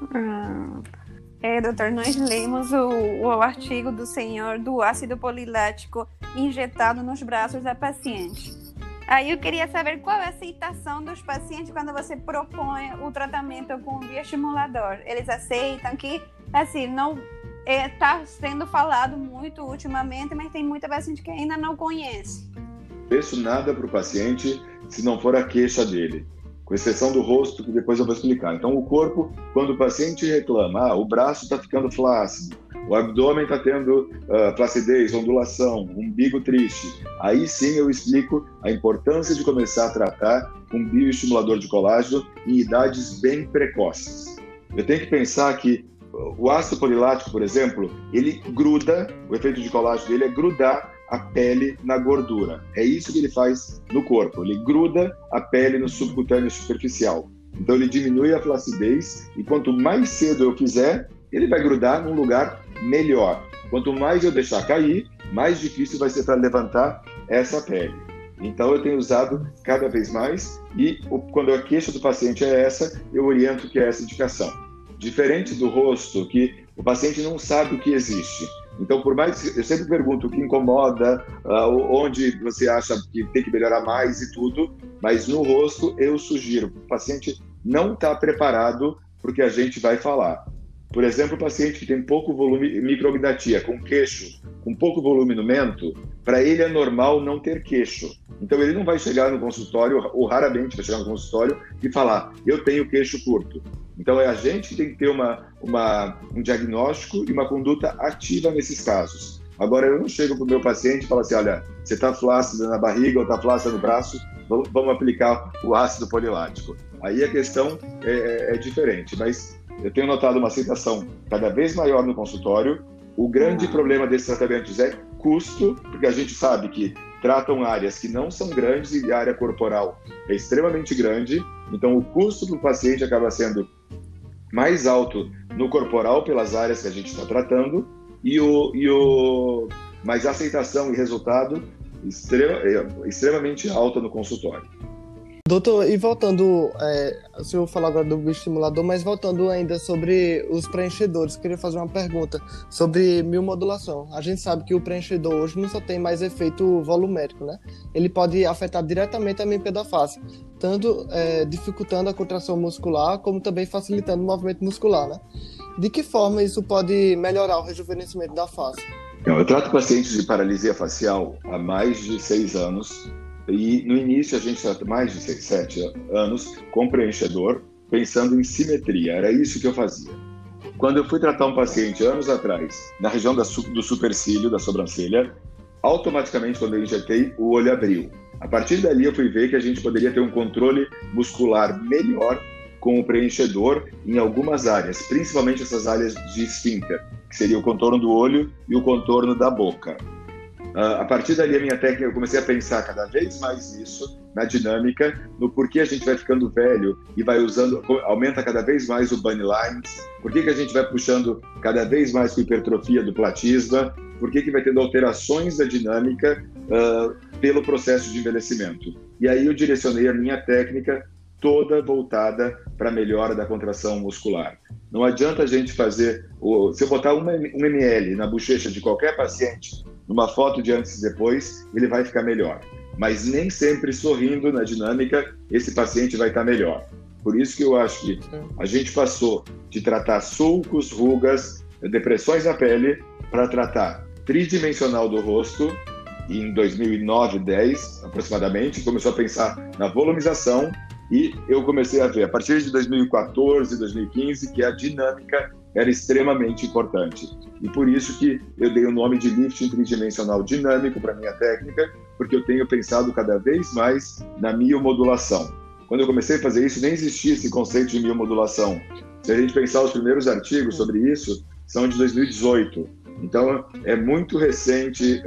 Doutor, nós lemos o artigo do senhor do ácido polilático injetado nos braços da paciente. Aí eu queria saber qual é a aceitação dos pacientes quando você propõe o tratamento com o bioestimulador. Eles aceitam que, assim, não está sendo falado muito ultimamente, mas tem muita paciente que ainda não conhece. Não peço nada para o paciente se não for a queixa dele, com exceção do rosto, que depois eu vou explicar. Então, o corpo, quando o paciente reclama, o braço está ficando flácido, o abdômen está tendo flacidez, ondulação, umbigo triste, aí sim eu explico a importância de começar a tratar com bioestimulador de colágeno em idades bem precoces. Eu tenho que pensar que o ácido polilático, por exemplo, ele gruda, o efeito de colágeno dele é grudar a pele na gordura. É isso que ele faz no corpo, ele gruda a pele no subcutâneo superficial. Então ele diminui a flacidez e quanto mais cedo eu fizer, ele vai grudar num lugar melhor. Quanto mais eu deixar cair, mais difícil vai ser para levantar essa pele. Então eu tenho usado cada vez mais e quando a queixa do paciente é essa, eu oriento que é essa indicação. Diferente do rosto, que o paciente não sabe o que existe. Então, por mais que eu sempre pergunto o que incomoda, onde você acha que tem que melhorar mais e tudo, mas no rosto eu sugiro, o paciente não está preparado para o que a gente vai falar. Por exemplo, o paciente que tem pouco volume, microognatia, com queixo, com pouco volume no mento, para ele é normal não ter queixo. Então ele não vai chegar no consultório, ou raramente vai chegar no consultório e falar, eu tenho queixo curto. Então é a gente que tem que ter um diagnóstico e uma conduta ativa nesses casos. Agora eu não chego para o meu paciente e falo assim, olha, você está flácida na barriga ou está flácida no braço, vamos aplicar o ácido polilático. Aí a questão é diferente, mas eu tenho notado uma aceitação cada vez maior no consultório. O grande problema desses tratamentos é custo, porque a gente sabe que tratam áreas que não são grandes e a área corporal é extremamente grande, então o custo para o paciente acaba sendo mais alto no corporal pelas áreas que a gente está tratando mas a aceitação e resultado extremamente alta no consultório. Doutor, e voltando, o senhor falou agora do bioestimulador, mas voltando ainda sobre os preenchedores, queria fazer uma pergunta sobre miomodulação. A gente sabe que o preenchedor hoje não só tem mais efeito volumérico, né? Ele pode afetar diretamente a míope da face, tanto dificultando a contração muscular, como também facilitando o movimento muscular, né? De que forma isso pode melhorar o rejuvenescimento da face? Eu trato pacientes de paralisia facial há mais de 6 anos, e no início a gente trata mais de 6, 7 anos com preenchedor, pensando em simetria. Era isso que eu fazia. Quando eu fui tratar um paciente anos atrás, na região do supercílio, da sobrancelha, automaticamente quando eu injetei, o olho abriu. A partir dali eu fui ver que a gente poderia ter um controle muscular melhor com o preenchedor em algumas áreas, principalmente essas áreas de esfíncter, que seria o contorno do olho e o contorno da boca. A partir dali, a minha técnica, eu comecei a pensar cada vez mais isso, na dinâmica, no porquê a gente vai ficando velho e vai usando, aumenta cada vez mais o bunny lines, por que a gente vai puxando cada vez mais com hipertrofia do platisma, por que vai tendo alterações da dinâmica pelo processo de envelhecimento. E aí eu direcionei a minha técnica toda voltada para a melhora da contração muscular. Não adianta a gente fazer, se eu botar 1 ml na bochecha de qualquer paciente, numa foto de antes e depois, ele vai ficar melhor. Mas nem sempre sorrindo na dinâmica, esse paciente vai estar melhor. Por isso que eu acho que a gente passou de tratar sulcos, rugas, depressões na pele, para tratar tridimensional do rosto, em 2009, 2010, aproximadamente, começou a pensar na volumização, e eu comecei a ver, a partir de 2014, 2015, que a dinâmica era extremamente importante. E por isso que eu dei o nome de lifting tridimensional dinâmico para minha técnica, porque eu tenho pensado cada vez mais na miomodulação. Quando eu comecei a fazer isso, nem existia esse conceito de miomodulação. Se a gente pensar os primeiros artigos sobre isso, são de 2018. Então, é muito recente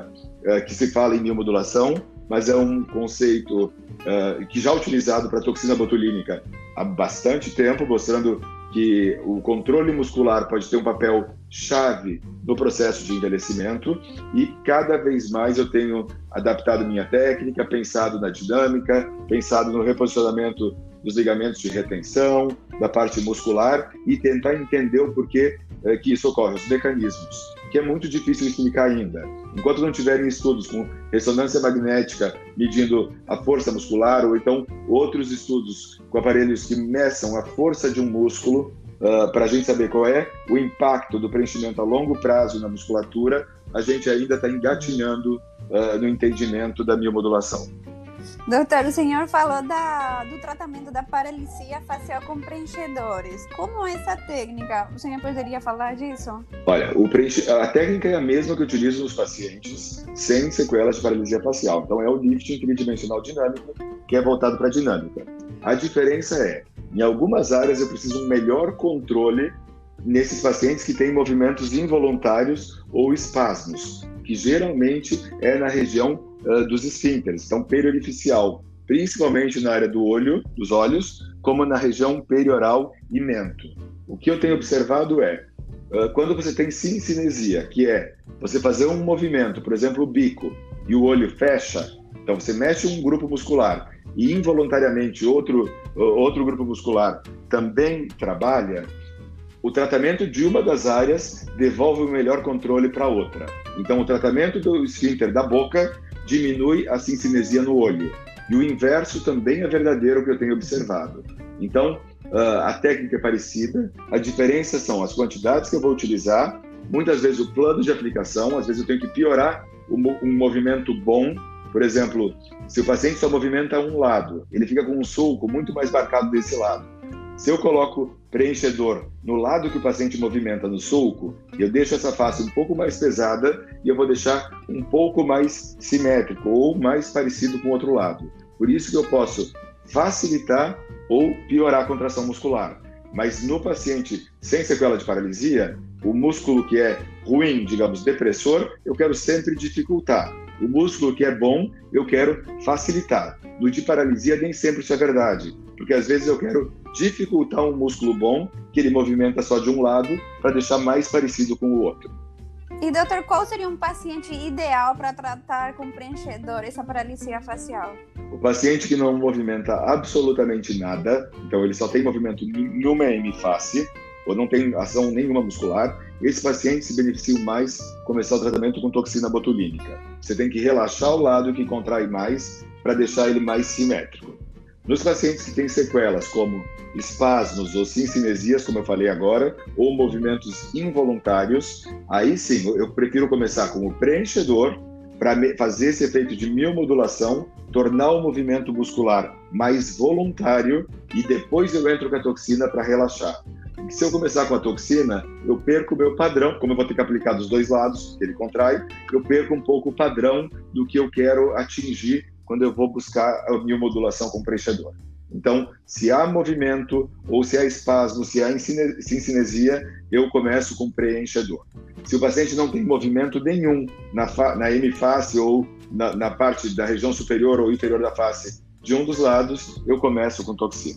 que se fala em miomodulação, mas é um conceito que já é utilizado para toxina botulínica há bastante tempo, mostrando que o controle muscular pode ter um papel chave no processo de envelhecimento, e cada vez mais eu tenho adaptado minha técnica, pensado na dinâmica, pensado no reposicionamento dos ligamentos de retenção, da parte muscular, e tentar entender o porquê que isso ocorre, os mecanismos, que é muito difícil explicar ainda. Enquanto não tiverem estudos com ressonância magnética medindo a força muscular, ou então outros estudos com aparelhos que meçam a força de um músculo, para a gente saber qual é o impacto do preenchimento a longo prazo na musculatura, a gente ainda está engatinhando no entendimento da miomodulação. Doutor, o senhor falou do tratamento da paralisia facial com preenchedores. Como é essa técnica? O senhor poderia falar disso? Olha, a técnica é a mesma que eu utilizo nos pacientes sem sequelas de paralisia facial. Então, é o lifting tridimensional dinâmico, que é voltado para a dinâmica. A diferença é, em algumas áreas eu preciso de um melhor controle nesses pacientes que têm movimentos involuntários ou espasmos, que geralmente é na região dos esfíncteres, então periorificial, principalmente na área do olho, dos olhos, como na região perioral e mento. O que eu tenho observado é, quando você tem sincinesia, que é você fazer um movimento, por exemplo, o bico, e o olho fecha, então você mexe um grupo muscular e involuntariamente outro grupo muscular também trabalha, o tratamento de uma das áreas devolve o melhor controle para a outra. Então, o tratamento do esfíncter da boca diminui a sincinesia no olho. E o inverso também é verdadeiro, que eu tenho observado. Então, a técnica é parecida, a diferença são as quantidades que eu vou utilizar, muitas vezes o plano de aplicação, às vezes eu tenho que piorar um movimento bom. Por exemplo, se o paciente só movimenta um lado, ele fica com um sulco muito mais marcado desse lado. Se eu coloco preenchedor no lado que o paciente movimenta no sulco, eu deixo essa face um pouco mais pesada e eu vou deixar um pouco mais simétrico ou mais parecido com o outro lado. Por isso que eu posso facilitar ou piorar a contração muscular. Mas no paciente sem sequela de paralisia, o músculo que é ruim, digamos, depressor, eu quero sempre dificultar. O músculo que é bom, eu quero facilitar. No de paralisia, nem sempre isso é verdade, porque às vezes eu quero dificultar um músculo bom, que ele movimenta só de um lado, para deixar mais parecido com o outro. E, doutor, qual seria um paciente ideal para tratar com preenchedor essa paralisia facial? O paciente que não movimenta absolutamente nada, então ele só tem movimento numa hemiface, ou não tem ação nenhuma muscular, esse paciente se beneficia mais começar o tratamento com toxina botulínica. Você tem que relaxar o lado que contrai mais para deixar ele mais simétrico. Nos pacientes que têm sequelas como espasmos ou sincinesias, como eu falei agora, ou movimentos involuntários, aí sim, eu prefiro começar com o preenchedor para fazer esse efeito de miomodulação, tornar o movimento muscular mais voluntário e depois eu entro com a toxina para relaxar. Se eu começar com a toxina, eu perco o meu padrão, como eu vou ter que aplicar dos dois lados, que ele contrai, eu perco um pouco o padrão do que eu quero atingir quando eu vou buscar a miomodulação com preenchedor. Então, se há movimento, ou se há espasmo, se há sincinesia, eu começo com preenchedor. Se o paciente não tem movimento nenhum na hemiface ou na parte da região superior ou inferior da face de um dos lados, eu começo com toxina.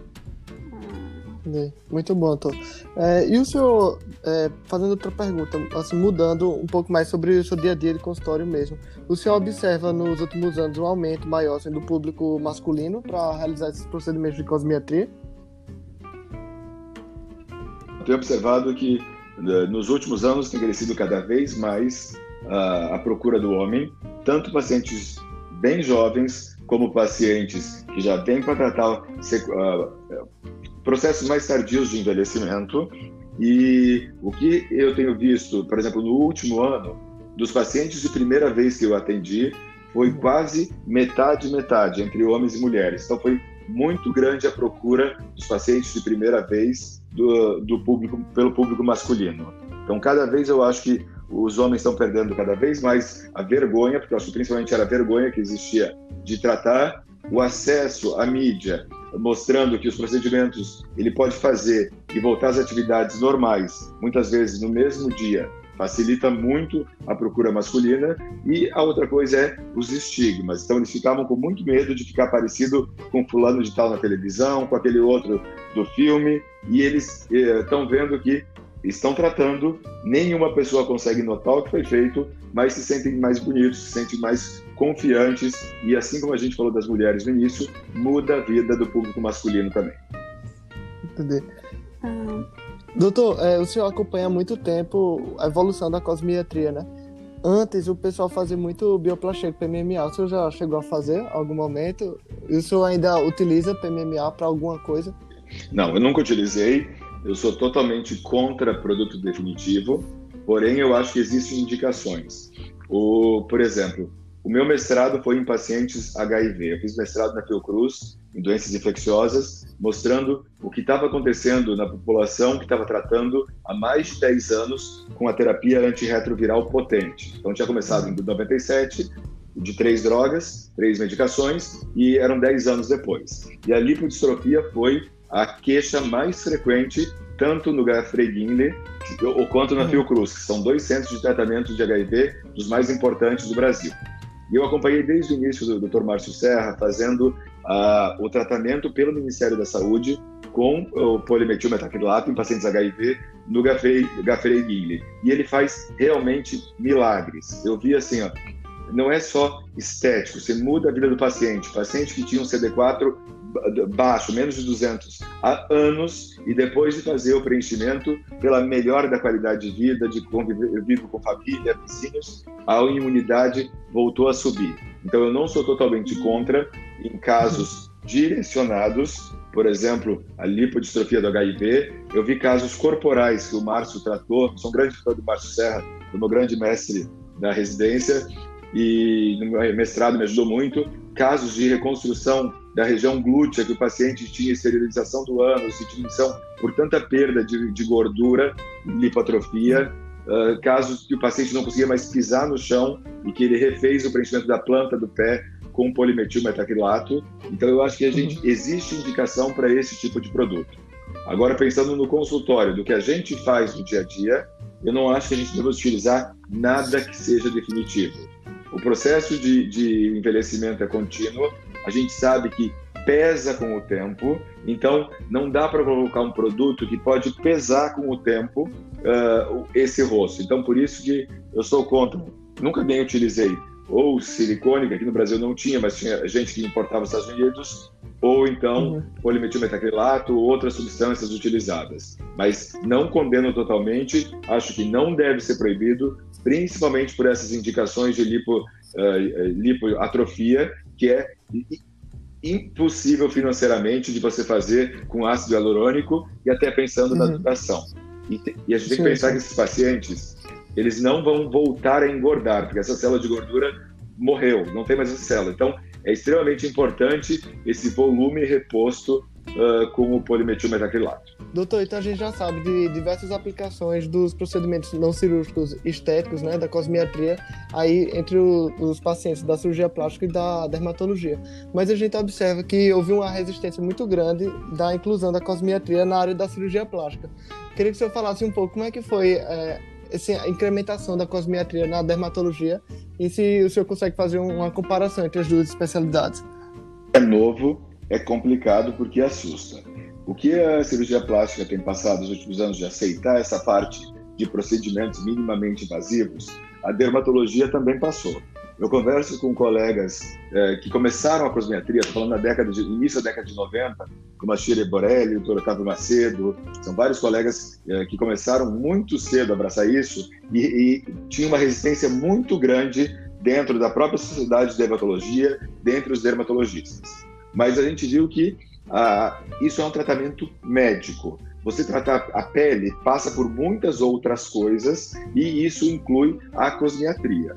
Muito bom, doutor. E o senhor, fazendo outra pergunta, assim, mudando um pouco mais sobre o seu dia a dia de consultório mesmo, o senhor observa nos últimos anos um aumento maior assim, do público masculino para realizar esses procedimentos de cosmetria? Eu tenho observado que nos últimos anos tem crescido cada vez mais a procura do homem, tanto pacientes bem jovens como pacientes que já vem para tratar processos mais tardios de envelhecimento. E o que eu tenho visto, por exemplo, no último ano, dos pacientes de primeira vez que eu atendi, foi quase metade entre homens e mulheres. Então foi muito grande a procura dos pacientes de primeira vez pelo público masculino. Então cada vez eu acho que os homens estão perdendo cada vez mais a vergonha, porque eu acho que principalmente era a vergonha que existia de tratar, o acesso à mídia, mostrando que os procedimentos ele pode fazer e voltar às atividades normais, muitas vezes no mesmo dia, facilita muito a procura masculina. E a outra coisa é os estigmas. Então eles ficavam com muito medo de ficar parecido com fulano de tal na televisão, com aquele outro do filme, e eles estão vendo que estão tratando, nenhuma pessoa consegue notar o que foi feito, mas se sentem mais bonitos, se sentem mais confiantes, e assim como a gente falou das mulheres no início, muda a vida do público masculino também. Entendi. Doutor, o senhor acompanha há muito tempo a evolução da cosmiatria, né? Antes o pessoal fazia muito bioplastia com PMMA. O senhor já chegou a fazer em algum momento? E o senhor ainda utiliza PMMA para alguma coisa? Não, eu nunca utilizei. Eu sou totalmente contra produto definitivo, porém eu acho que existem indicações. Por exemplo, o meu mestrado foi em pacientes HIV. Eu fiz mestrado na Fiocruz, em doenças infecciosas, mostrando o que estava acontecendo na população que estava tratando há mais de 10 anos com a terapia antirretroviral potente. Então tinha começado em 97, de 3 drogas, 3 medicações, e eram 10 anos depois. E a lipodistrofia foi a queixa mais frequente, tanto no Gaffrey-Guinle quanto na Fiocruz, que são 2 centros de tratamento de HIV dos mais importantes do Brasil. E eu acompanhei desde o início do Dr. Márcio Serra fazendo o tratamento pelo Ministério da Saúde com o polimetilmetacrilato em pacientes HIV no Gaffrey-Guinle. E ele faz realmente milagres. Eu vi assim, não é só estético, você muda a vida do paciente. Paciente que tinha um CD4 baixo, menos de 200 há anos, e depois de fazer o preenchimento, pela melhora da qualidade de vida, de convívio com família, vizinhos, a imunidade voltou a subir. Então eu não sou totalmente contra em casos direcionados, por exemplo, a lipodistrofia do HIV. Eu vi casos corporais que o Márcio tratou, sou um grande fã do Márcio Serra, do meu grande mestre da residência, e no meu mestrado me ajudou muito. Casos de reconstrução da região glútea, que o paciente tinha esterilização do ânus e diminuição por tanta perda de gordura, lipoatrofia. Casos que o paciente não conseguia mais pisar no chão e que ele refez o preenchimento da planta do pé com polimetilmetacrilato. Então eu acho que existe indicação para esse tipo de produto. Agora, pensando no consultório, do que a gente faz no dia a dia, eu não acho que a gente deva utilizar nada que seja definitivo. O processo de envelhecimento é contínuo, a gente sabe que pesa com o tempo, então não dá para colocar um produto que pode pesar com o tempo esse rosto. Então, por isso que eu sou contra. Nunca nem utilizei ou silicone, que aqui no Brasil não tinha, mas tinha gente que importava dos Estados Unidos, ou então polimetilmetacrilato ou outras substâncias utilizadas. Mas não condeno totalmente, acho que não deve ser proibido, principalmente por essas indicações de lipoatrofia, que é impossível financeiramente de você fazer com ácido hialurônico, e até pensando na educação. E a gente tem que pensar que esses pacientes, eles não vão voltar a engordar, porque essa célula de gordura morreu, não tem mais essa célula. Então, é extremamente importante esse volume reposto com o polimetilmetacrilato. Doutor, então a gente já sabe de diversas aplicações dos procedimentos não cirúrgicos estéticos, né, da cosmiatria, aí entre os pacientes da cirurgia plástica e da dermatologia. Mas a gente observa que houve uma resistência muito grande da inclusão da cosmiatria na área da cirurgia plástica. Queria que o senhor falasse um pouco como é que foi essa incrementação da cosmiatria na dermatologia e se o senhor consegue fazer uma comparação entre as duas especialidades. É novo, é complicado porque assusta. O que a cirurgia plástica tem passado nos últimos anos de aceitar essa parte de procedimentos minimamente invasivos, a dermatologia também passou. Eu converso com colegas que começaram a cosmiatria, estou falando início da década de 90, como a Shirley Borelli, o Dr. Otávio Macedo, são vários colegas que começaram muito cedo a abraçar isso e tinha uma resistência muito grande dentro da própria sociedade de dermatologia, dentre os dermatologistas. Mas a gente viu que isso é um tratamento médico. Você tratar a pele passa por muitas outras coisas e isso inclui a cosmiatria.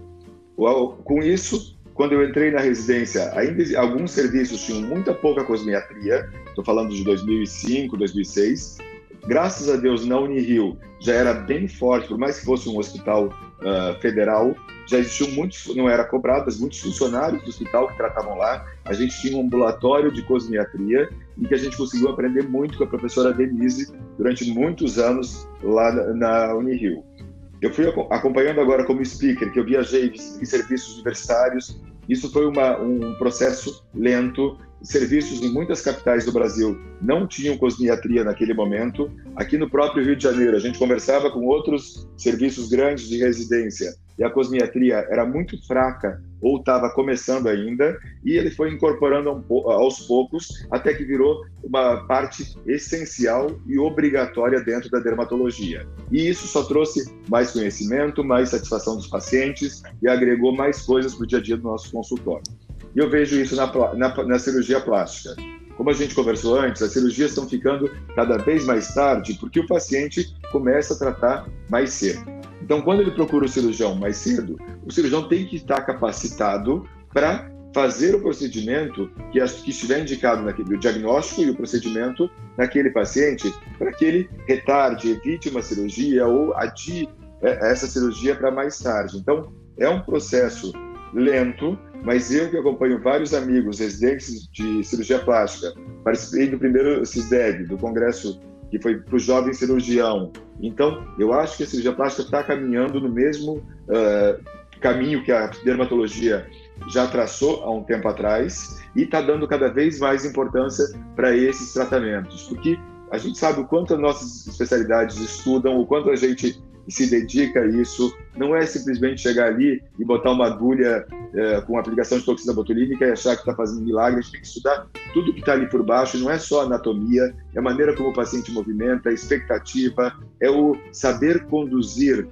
Com isso, quando eu entrei na residência, ainda alguns serviços tinham muita pouca cosmiatria, estou falando de 2005, 2006. Graças a Deus, na Unirio já era bem forte, por mais que fosse um hospital federal, já existiam muitos, não era cobrado, mas muitos funcionários do hospital que tratavam lá. A gente tinha um ambulatório de cosmiatria e que a gente conseguiu aprender muito com a professora Denise durante muitos anos lá na Unirio. Eu fui acompanhando agora como speaker, que eu viajei em serviços universitários. Isso foi um processo lento. Serviços em muitas capitais do Brasil não tinham cosmiatria naquele momento. Aqui no próprio Rio de Janeiro, a gente conversava com outros serviços grandes de residência e a cosmiatria era muito fraca ou estava começando ainda, e ele foi incorporando aos poucos até que virou uma parte essencial e obrigatória dentro da dermatologia. E isso só trouxe mais conhecimento, mais satisfação dos pacientes e agregou mais coisas para o dia a dia do nosso consultório. E eu vejo isso na cirurgia plástica. Como a gente conversou antes, as cirurgias estão ficando cada vez mais tarde porque o paciente começa a tratar mais cedo. Então, quando ele procura o cirurgião mais cedo, o cirurgião tem que estar capacitado para fazer o procedimento que estiver indicado o diagnóstico e o procedimento naquele paciente, para que ele retarde, evite uma cirurgia ou adie essa cirurgia para mais tarde. Então, é um processo lento, mas eu que acompanho vários amigos residentes de cirurgia plástica, participei do primeiro CISDEB, do congresso que foi para o jovem cirurgião. Então, eu acho que a cirurgia plástica está caminhando no mesmo caminho que a dermatologia já traçou há um tempo atrás e está dando cada vez mais importância para esses tratamentos, porque a gente sabe o quanto as nossas especialidades estudam, o quanto a gente se dedica a isso. Não é simplesmente chegar ali e botar uma agulha com aplicação de toxina botulínica e achar que está fazendo milagre. A gente tem que estudar tudo que está ali por baixo. Não é só a anatomia, é a maneira como o paciente movimenta, a expectativa, é o saber conduzir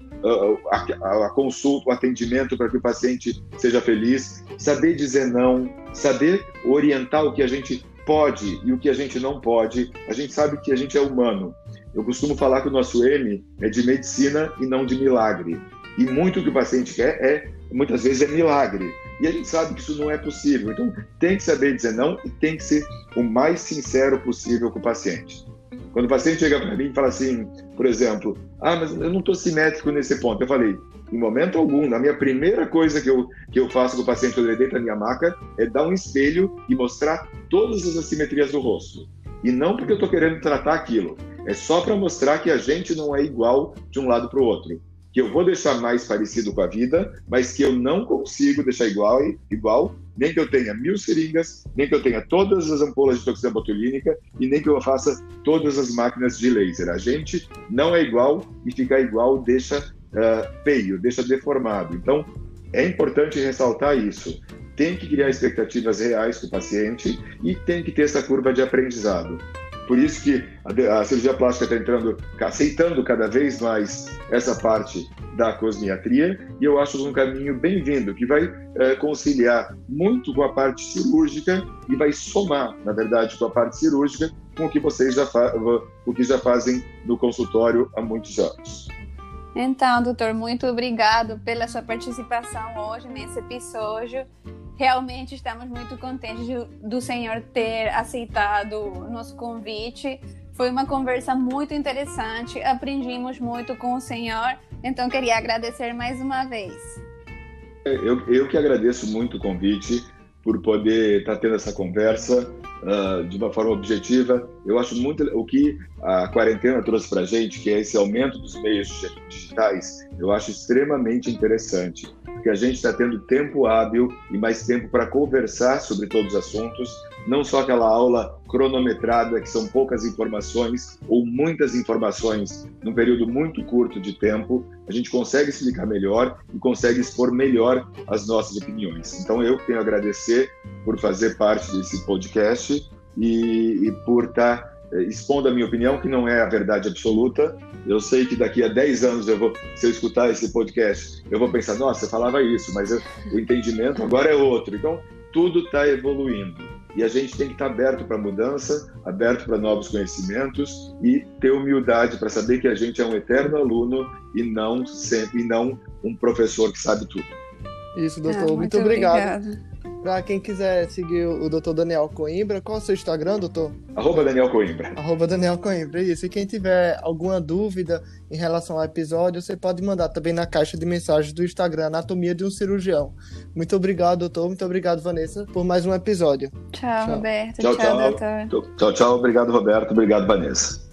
a consulta, o atendimento para que o paciente seja feliz, saber dizer não, saber orientar o que a gente pode e o que a gente não pode. A gente sabe que a gente é humano. Eu costumo falar que o nosso M é de medicina e não de milagre. E muito que o paciente quer muitas vezes é milagre. E a gente sabe que isso não é possível. Então, tem que saber dizer não e tem que ser o mais sincero possível com o paciente. Quando o paciente chega para mim e fala assim, por exemplo, mas eu não estou simétrico nesse ponto. Eu falei, em momento algum, a minha primeira coisa que eu faço com o paciente quando ele deita na minha maca é dar um espelho e mostrar todas as assimetrias do rosto. E não porque eu estou querendo tratar aquilo. É só para mostrar que a gente não é igual de um lado para o outro. Que eu vou deixar mais parecido com a vida, mas que eu não consigo deixar igual, nem que eu tenha 1000 seringas, nem que eu tenha todas as ampolas de toxina botulínica e nem que eu faça todas as máquinas de laser. A gente não é igual e ficar igual deixa feio, deixa deformado. Então, é importante ressaltar isso. Tem que criar expectativas reais com o paciente e tem que ter essa curva de aprendizado. Por isso que a cirurgia plástica está aceitando cada vez mais essa parte da cosmiatria, e eu acho um caminho bem-vindo, que vai conciliar muito com a parte cirúrgica e vai somar, na verdade, com a parte cirúrgica, com o que vocês já fazem no consultório há muitos anos. Então, doutor, muito obrigado pela sua participação hoje nesse episódio. Realmente estamos muito contentes do senhor ter aceitado o nosso convite. Foi uma conversa muito interessante, aprendemos muito com o senhor, então queria agradecer mais uma vez. Eu que agradeço muito o convite, por poder estar tendo essa conversa de uma forma objetiva. Eu acho muito o que a quarentena trouxe para a gente, que é esse aumento dos meios digitais, eu acho extremamente interessante, porque a gente está tendo tempo hábil e mais tempo para conversar sobre todos os assuntos, não só aquela aula cronometrada, que são poucas informações ou muitas informações num período muito curto de tempo. A gente consegue explicar melhor e consegue expor melhor as nossas opiniões. Então, eu tenho a agradecer por fazer parte desse podcast e por estar expondo a minha opinião, que não é a verdade absoluta. Eu sei que daqui a 10 anos, se eu escutar esse podcast, eu vou pensar, nossa, você falava isso, mas o entendimento agora é outro. Então, tudo está evoluindo. E a gente tem que estar aberto para mudança, aberto para novos conhecimentos e ter humildade para saber que a gente é um eterno aluno e não um professor que sabe tudo. Isso, doutor. Muito obrigado. Para quem quiser seguir o Dr. Daniel Coimbra, qual é o seu Instagram, doutor? @Daniel Coimbra. @Daniel Coimbra, isso. E quem tiver alguma dúvida em relação ao episódio, você pode mandar também na caixa de mensagens do Instagram, Anatomia de um Cirurgião. Muito obrigado, doutor. Muito obrigado, Vanessa, por mais um episódio. Tchau, Roberto. Tchau, doutor. Tchau. Obrigado, Roberto. Obrigado, Vanessa.